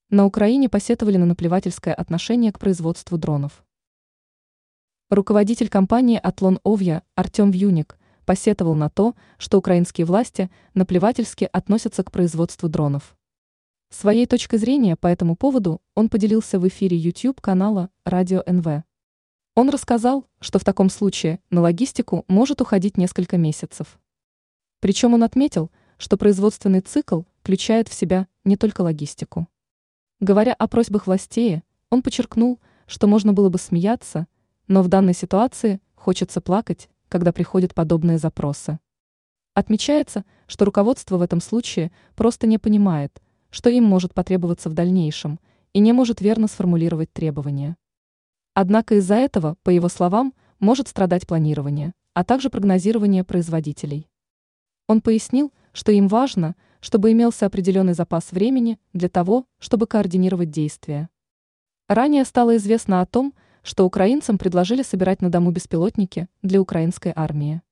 На Украине посетовали на наплевательское отношение к производству дронов. Руководитель компании «Атлон Овья» Артем Вьюник посетовал на то, что украинские власти наплевательски относятся к производству дронов. Своей точкой зрения по этому поводу он поделился в эфире YouTube-канала «Радио НВ». Он рассказал, что в таком случае на логистику может уходить несколько месяцев. Причем он отметил, что производственный цикл включает в себя не только логистику. Говоря о просьбах властей, он подчеркнул, что можно было бы смеяться, но в данной ситуации хочется плакать, когда приходят подобные запросы. Отмечается, что руководство в этом случае просто не понимает, что им может потребоваться в дальнейшем, и не может верно сформулировать требования. Однако из-за этого, по его словам, может страдать планирование, а также прогнозирование производителей. Он пояснил, что им важно, чтобы имелся определенный запас времени для того, чтобы координировать действия. Ранее стало известно о том, что украинцам предложили собирать на дому беспилотники для украинской армии.